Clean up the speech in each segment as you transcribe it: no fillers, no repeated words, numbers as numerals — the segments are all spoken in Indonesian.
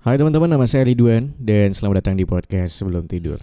Hai teman-teman, nama saya Ridwan dan selamat datang di podcast Sebelum Tidur.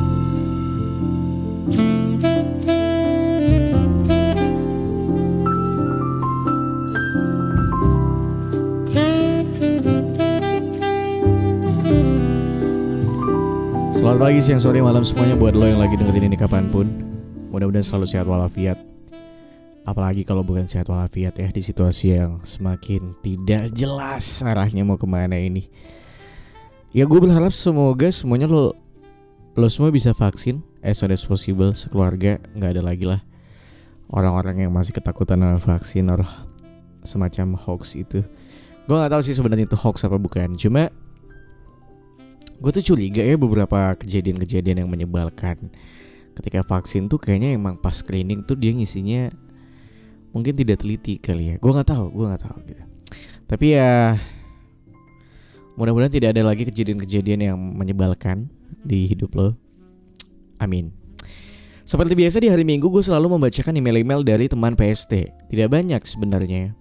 Selamat pagi, siang, sore, malam semuanya buat lo yang lagi dengerin ini kapanpun. Mudah-mudahan selalu sehat walafiat. Apalagi kalau bukan sehat walafiat ya, di situasi yang semakin tidak jelas arahnya mau kemana ini. Ya gue berharap semoga semuanya lo semua bisa vaksin as soon as possible, sekeluarga. Gak ada lagi lah orang-orang yang masih ketakutan sama vaksin atau semacam hoax itu. Gue gak tahu sih sebenarnya itu hoax apa bukan. Cuma gue tuh curiga ya beberapa kejadian-kejadian yang menyebalkan ketika vaksin tuh kayaknya emang pas screening tuh dia ngisinya mungkin tidak teliti kali ya. Gue gak tahu gitu. Tapi ya mudah-mudahan tidak ada lagi kejadian-kejadian yang menyebalkan di hidup lo. Amin. Seperti biasa di hari Minggu gue selalu membacakan email-email dari teman PST. Tidak banyak sebenarnya.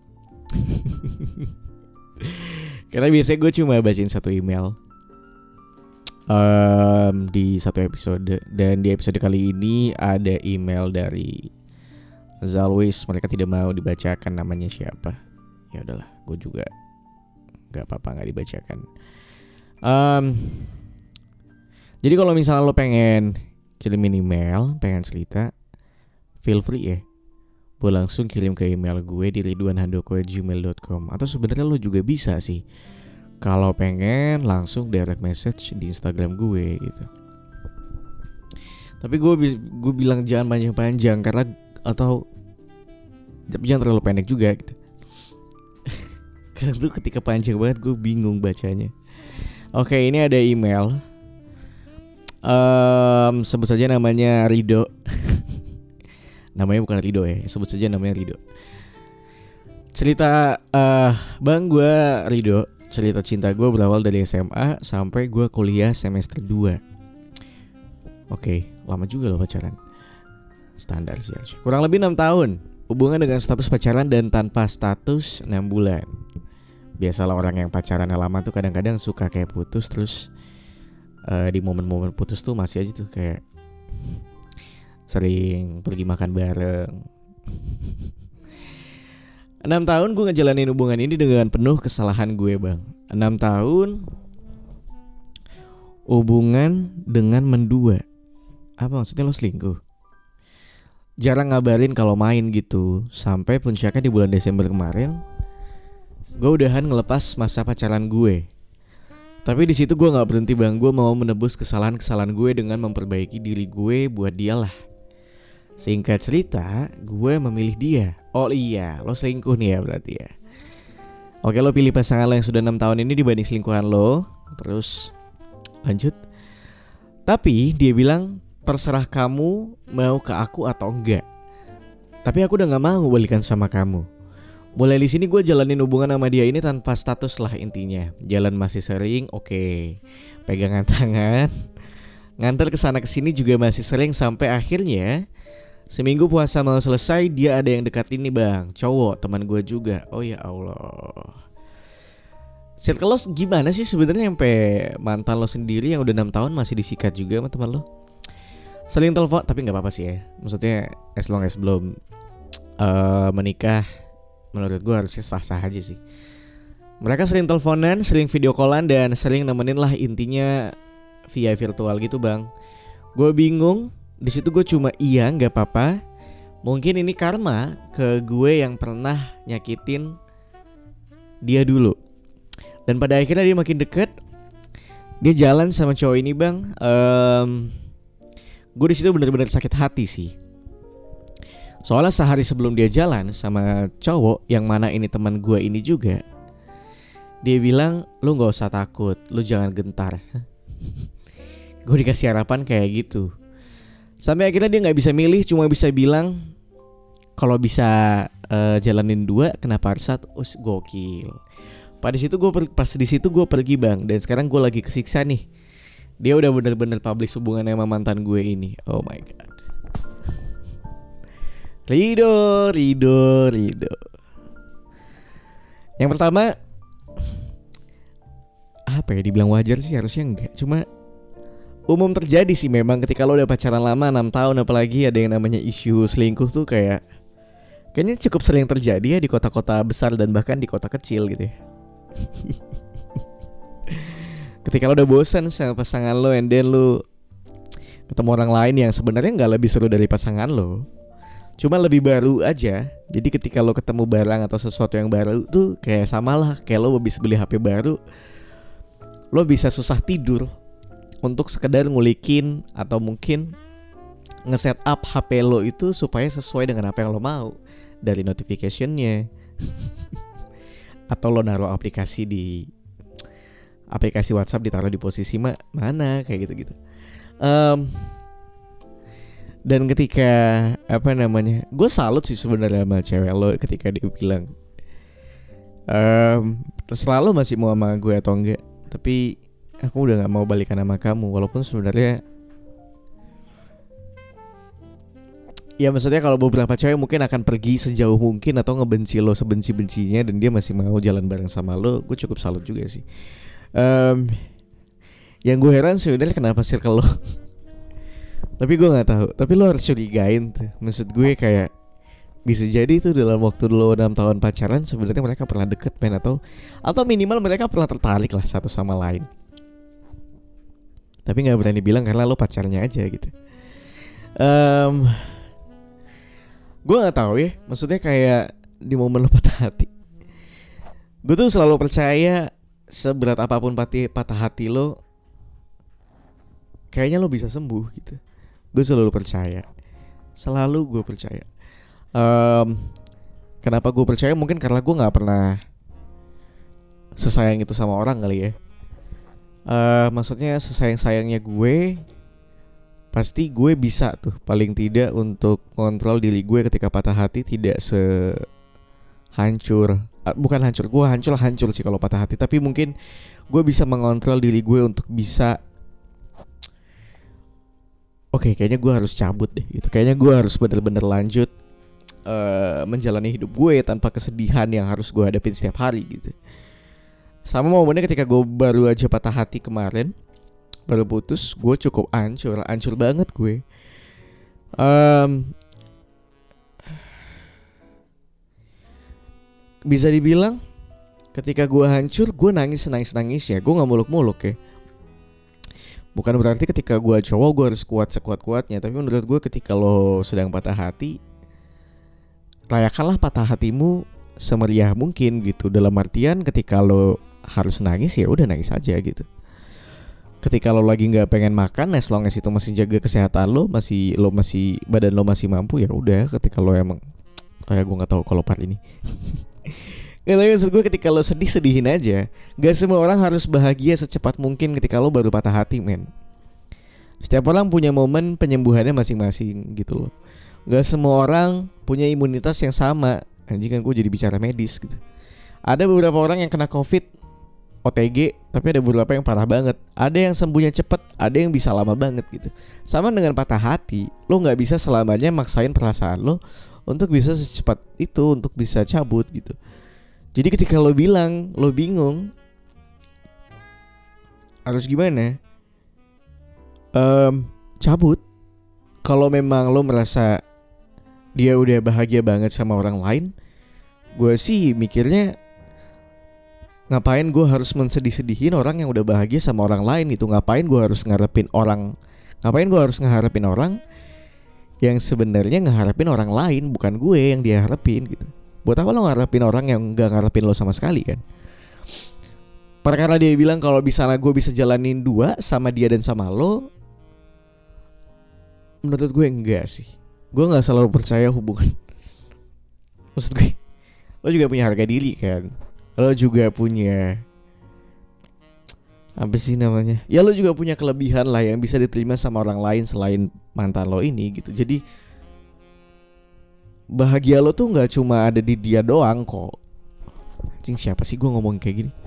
Karena biasanya gue cuma bacain satu email di satu episode. Dan di episode kali ini ada email dari Zalwis. Mereka tidak mau dibacakan namanya siapa. Ya udahlah, gue juga gak apa-apa gak dibacakan. Jadi kalau misalnya lo pengen kirimin email, pengen cerita, feel free ya. Boleh langsung kirim ke email gue di ridwanhandoko@gmail.com. Atau sebenarnya lo juga bisa sih kalau pengen langsung direct message di Instagram gue gitu. Tapi gue bilang jangan panjang-panjang karena atau jangan terlalu pendek juga gitu. Karena tuh ketika panjang banget gue bingung bacanya. Oke, ini ada email. Sebut saja namanya Rido. Namanya bukan Rido ya, sebut saja namanya Rido. Cerita bang gue Rido. Cerita cinta gue berawal dari SMA sampai gue kuliah semester 2. Oke, lama juga loh pacaran. Standar sih harusnya. Kurang lebih 6 tahun. Hubungan dengan status pacaran dan tanpa status 6 bulan. Biasalah orang yang pacarannya lama tuh kadang-kadang suka kayak putus. Terus di momen-momen putus tuh masih aja tuh kayak sering pergi makan bareng. 6 tahun gue ngejalanin hubungan ini dengan penuh kesalahan gue bang. 6 tahun hubungan dengan mendua. Apa maksudnya, lo selingkuh? Jarang ngabarin kalau main gitu. Sampai puncaknya di bulan Desember kemarin gue udahan ngelepas masa pacaran gue. Tapi di situ gue nggak berhenti bang. Gue mau menebus kesalahan-kesalahan gue dengan memperbaiki diri gue buat dia lah. Singkat cerita, gue memilih dia. Oh iya, lo selingkuh nih ya berarti ya. Oke, lo pilih pasangan lo yang sudah 6 tahun ini dibanding selingkuhan lo. Terus lanjut. Tapi dia bilang terserah kamu mau ke aku atau enggak. Tapi aku udah gak mau balikan sama kamu. Mulai di sini gue jalanin hubungan sama dia ini tanpa status lah intinya. Jalan masih sering, oke. Pegangan tangan, nganter kesana kesini juga masih sering. Sampai akhirnya seminggu puasa mau selesai, dia ada yang dekat ini bang. Cowok, teman gue juga. Oh ya Allah. Circle lo gimana sih sebenarnya sampai mantan lo sendiri yang udah 6 tahun masih disikat juga sama teman lo? Saling telepon, tapi gak apa-apa sih ya. Maksudnya as long as belum menikah, menurut gue harusnya sah-sah aja sih. Mereka sering teleponan, sering video callan, dan sering nemenin lah intinya via virtual gitu bang. Gue bingung. Di situ gue cuma iya nggak apa-apa. Mungkin ini karma ke gue yang pernah nyakitin dia dulu. Dan pada akhirnya dia makin deket. Dia jalan sama cowok ini bang. Gue di situ benar-benar sakit hati sih. Soalnya sehari sebelum dia jalan sama cowok yang mana ini teman gue ini juga, dia bilang, lu gak usah takut, lu jangan gentar. Gue dikasih harapan kayak gitu. Sampai akhirnya dia gak bisa milih, cuma bisa bilang kalau bisa jalanin dua, kenapa harus satu? Gokil. Pas di situ gue pergi bang. Dan sekarang gue lagi kesiksa nih. Dia udah bener-bener publish hubungannya sama mantan gue ini. Oh my god. Rido. Yang pertama, apa ya, dibilang wajar sih harusnya enggak, cuma umum terjadi sih memang ketika lo udah pacaran lama 6 tahun, apalagi ada yang namanya isu selingkuh tuh kayaknya cukup sering terjadi ya di kota-kota besar dan bahkan di kota kecil gitu ya. Ketika lo udah bosan sama pasangan lo, and then lo ketemu orang lain yang sebenarnya nggak lebih seru dari pasangan lo, cuma lebih baru aja. Jadi ketika lo ketemu barang atau sesuatu yang baru tuh kayak samalah kayak lo habis beli HP baru, lo bisa susah tidur untuk sekedar ngulikin atau mungkin nge-set up HP lo itu supaya sesuai dengan apa yang lo mau, dari notification-nya atau lo naruh aplikasi WhatsApp ditaruh di posisi mana kayak gitu-gitu. Dan ketika gue salut sih sebenarnya sama cewek lo ketika dia bilang terserah lo masih mau sama gue atau enggak, tapi aku udah gak mau balikan sama kamu. Walaupun sebenarnya ya maksudnya kalau beberapa cewek mungkin akan pergi sejauh mungkin atau ngebenci lo sebenci-bencinya, dan dia masih mau jalan bareng sama lo, gue cukup salut juga sih. Yang gue heran sebenarnya kenapa circle lo tapi gue gak tahu, tapi lo harus curigain tuh. Maksud gue kayak bisa jadi tuh dalam waktu lo 6 tahun pacaran sebenarnya mereka pernah deket men, atau minimal mereka pernah tertarik lah satu sama lain, tapi gak berani bilang karena lo pacarnya aja gitu. Gue gak tahu ya, maksudnya kayak di momen lo patah hati, gue tuh selalu percaya seberat apapun patah hati lo, kayaknya lo bisa sembuh gitu. Gue selalu percaya, selalu gue percaya. Kenapa gue percaya? Mungkin karena gue gak pernah sesayang itu sama orang kali ya. Maksudnya sesayang-sayangnya gue, pasti gue bisa tuh paling tidak untuk kontrol diri gue ketika patah hati tidak sehancur. Bukan hancur, gue hancur sih kalau patah hati, tapi mungkin gue bisa mengontrol diri gue untuk bisa oke, kayaknya gue harus cabut deh gitu. Kayaknya gue harus bener-bener lanjut menjalani hidup gue tanpa kesedihan yang harus gue hadapin setiap hari gitu. Sama momennya ketika gue baru aja patah hati kemarin, baru putus, gue cukup hancur banget gue. Bisa dibilang ketika gue hancur, gue nangis ya. Gue gak muluk-muluk ya. Bukan berarti ketika gue cowok gue harus kuat sekuat-kuatnya, tapi menurut gue ketika lo sedang patah hati, rayakanlah patah hatimu semeriah mungkin gitu. Dalam artian ketika lo harus nangis ya udah nangis aja gitu. Ketika lo lagi nggak pengen makan, as long as itu masih jaga kesehatan lo, masih badan lo masih mampu, ya udah. Ketika lo emang kayak gue nggak tahu kalau part ini. Gak, tapi maksud gue ketika lo sedihin aja. Gak semua orang harus bahagia secepat mungkin ketika lo baru patah hati men. Setiap orang punya momen penyembuhannya masing-masing gitu loh. Gak semua orang punya imunitas yang sama. Anjing kan gue jadi bicara medis gitu. Ada beberapa orang yang kena COVID OTG, tapi ada beberapa yang parah banget. Ada yang sembuhnya cepet, ada yang bisa lama banget gitu. Sama dengan patah hati, lo gak bisa selamanya maksain perasaan lo untuk bisa secepat itu, untuk bisa cabut gitu. Jadi ketika lo bilang lo bingung harus gimana, cabut. Kalau memang lo merasa dia udah bahagia banget sama orang lain, gue sih mikirnya ngapain gue harus mensedih-sedihin orang yang udah bahagia sama orang lain itu. Ngapain gue harus ngarepin orang yang sebenarnya ngeharapin orang lain, bukan gue yang dia harapin gitu. Buat apa lo ngarepin orang yang gak ngarepin lo sama sekali kan? Perkara dia bilang kalau misalnya gue bisa jalanin dua, sama dia dan sama lo, menurut gue enggak sih. Gue gak selalu percaya hubungan. Maksud gue, lo juga punya harga diri kan. Lo juga punya apa sih namanya, ya lo juga punya kelebihan lah yang bisa diterima sama orang lain selain mantan lo ini gitu. Jadi bahagia lo tuh gak cuma ada di dia doang kok. Cing, siapa sih gue ngomong kayak gini?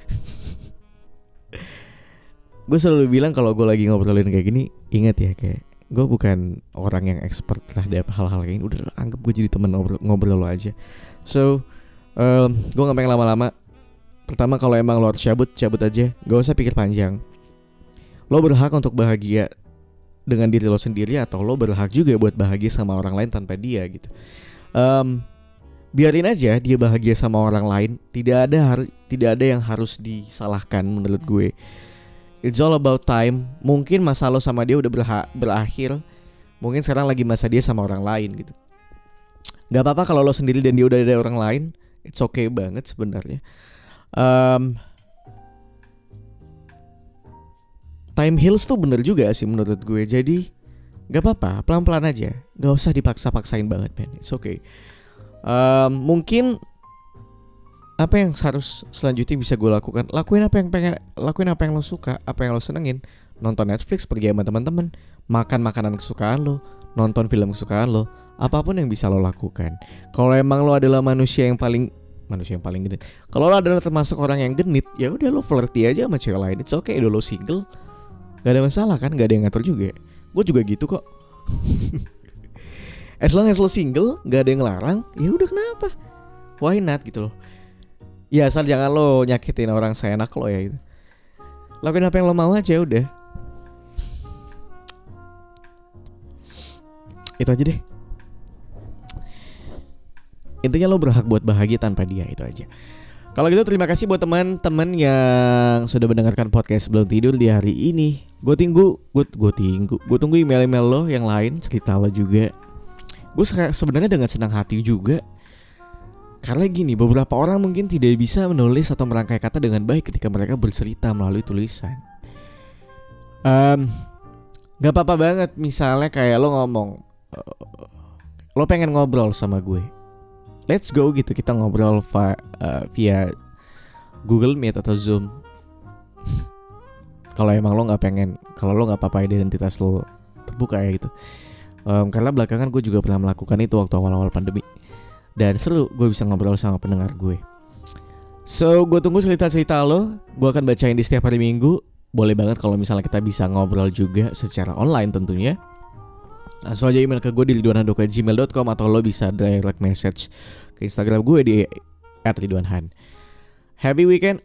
Gue selalu bilang kalau gue lagi ngobrolin kayak gini, ingat ya, kayak gue bukan orang yang expert terhadap hal-hal kayak gini. Udah anggap gue jadi temen ngobrol lo aja. So gue gak pengen lama-lama. Pertama, kalau emang lo harus cabut aja, gak usah pikir panjang. Lo berhak untuk bahagia dengan diri lo sendiri, atau lo berhak juga buat bahagia sama orang lain tanpa dia gitu. Biarin aja dia bahagia sama orang lain. Tidak ada yang harus disalahkan menurut gue. It's all about time. Mungkin masa lo sama dia udah berakhir. Mungkin sekarang lagi masa dia sama orang lain gitu. Gak apa-apa kalau lo sendiri dan dia udah ada orang lain. It's okay banget sebenarnya. Time heals tuh bener juga sih menurut gue. Jadi gak apa-apa, pelan-pelan aja. Gak usah dipaksa-paksain banget, man. It's okay. Mungkin apa yang harus selanjutnya bisa gue lakukan, lakuin apa yang lo suka, apa yang lo senengin. Nonton Netflix, pergi sama teman-teman, makan makanan kesukaan lo, nonton film kesukaan lo, apapun yang bisa lo lakukan. Kalau emang lo adalah manusia yang paling genit, kalau lo adalah termasuk orang yang genit, ya udah lo flirty aja sama cewek lain. It's okay, lo single, gak ada masalah kan, gak ada yang ngatur juga. Gue juga gitu kok. As long as lo single, gak ada yang ngelarang, ya udah kenapa? Why not gitu loh. Ya asal jangan lo nyakitin orang seenak lo ya gitu. Lakuin apa yang lo mau aja udah. Itu aja deh. Intinya lo berhak buat bahagia tanpa dia, itu aja. Kalau gitu terima kasih buat teman-teman yang sudah mendengarkan podcast sebelum tidur di hari ini. Gue tunggu email-email lo yang lain, cerita lo juga. Gue sebenarnya dengan senang hati juga. Karena gini, beberapa orang mungkin tidak bisa menulis atau merangkai kata dengan baik ketika mereka bercerita melalui tulisan. Gak apa-apa banget misalnya kayak lo ngomong, lo pengen ngobrol sama gue, let's go gitu, kita ngobrol via Google Meet atau Zoom. Kalau emang lo nggak pengen, kalau lo nggak apa-apa identitas lo terbuka ya gitu. Karena belakangan gue juga pernah melakukan itu waktu awal-awal pandemi, dan seru, gue bisa ngobrol sama pendengar gue. So gue tunggu cerita-cerita lo. Gue akan bacain di setiap hari Minggu. Boleh banget kalau misalnya kita bisa ngobrol juga secara online tentunya. Langsung aja email ke gue di ridwanhandoko@gmail.com, atau lo bisa direct message ke Instagram gue di @ridwanhan. Happy weekend.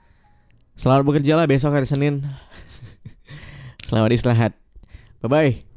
Selamat bekerja lah besok hari Senin. Selamat istirahat. Bye-bye.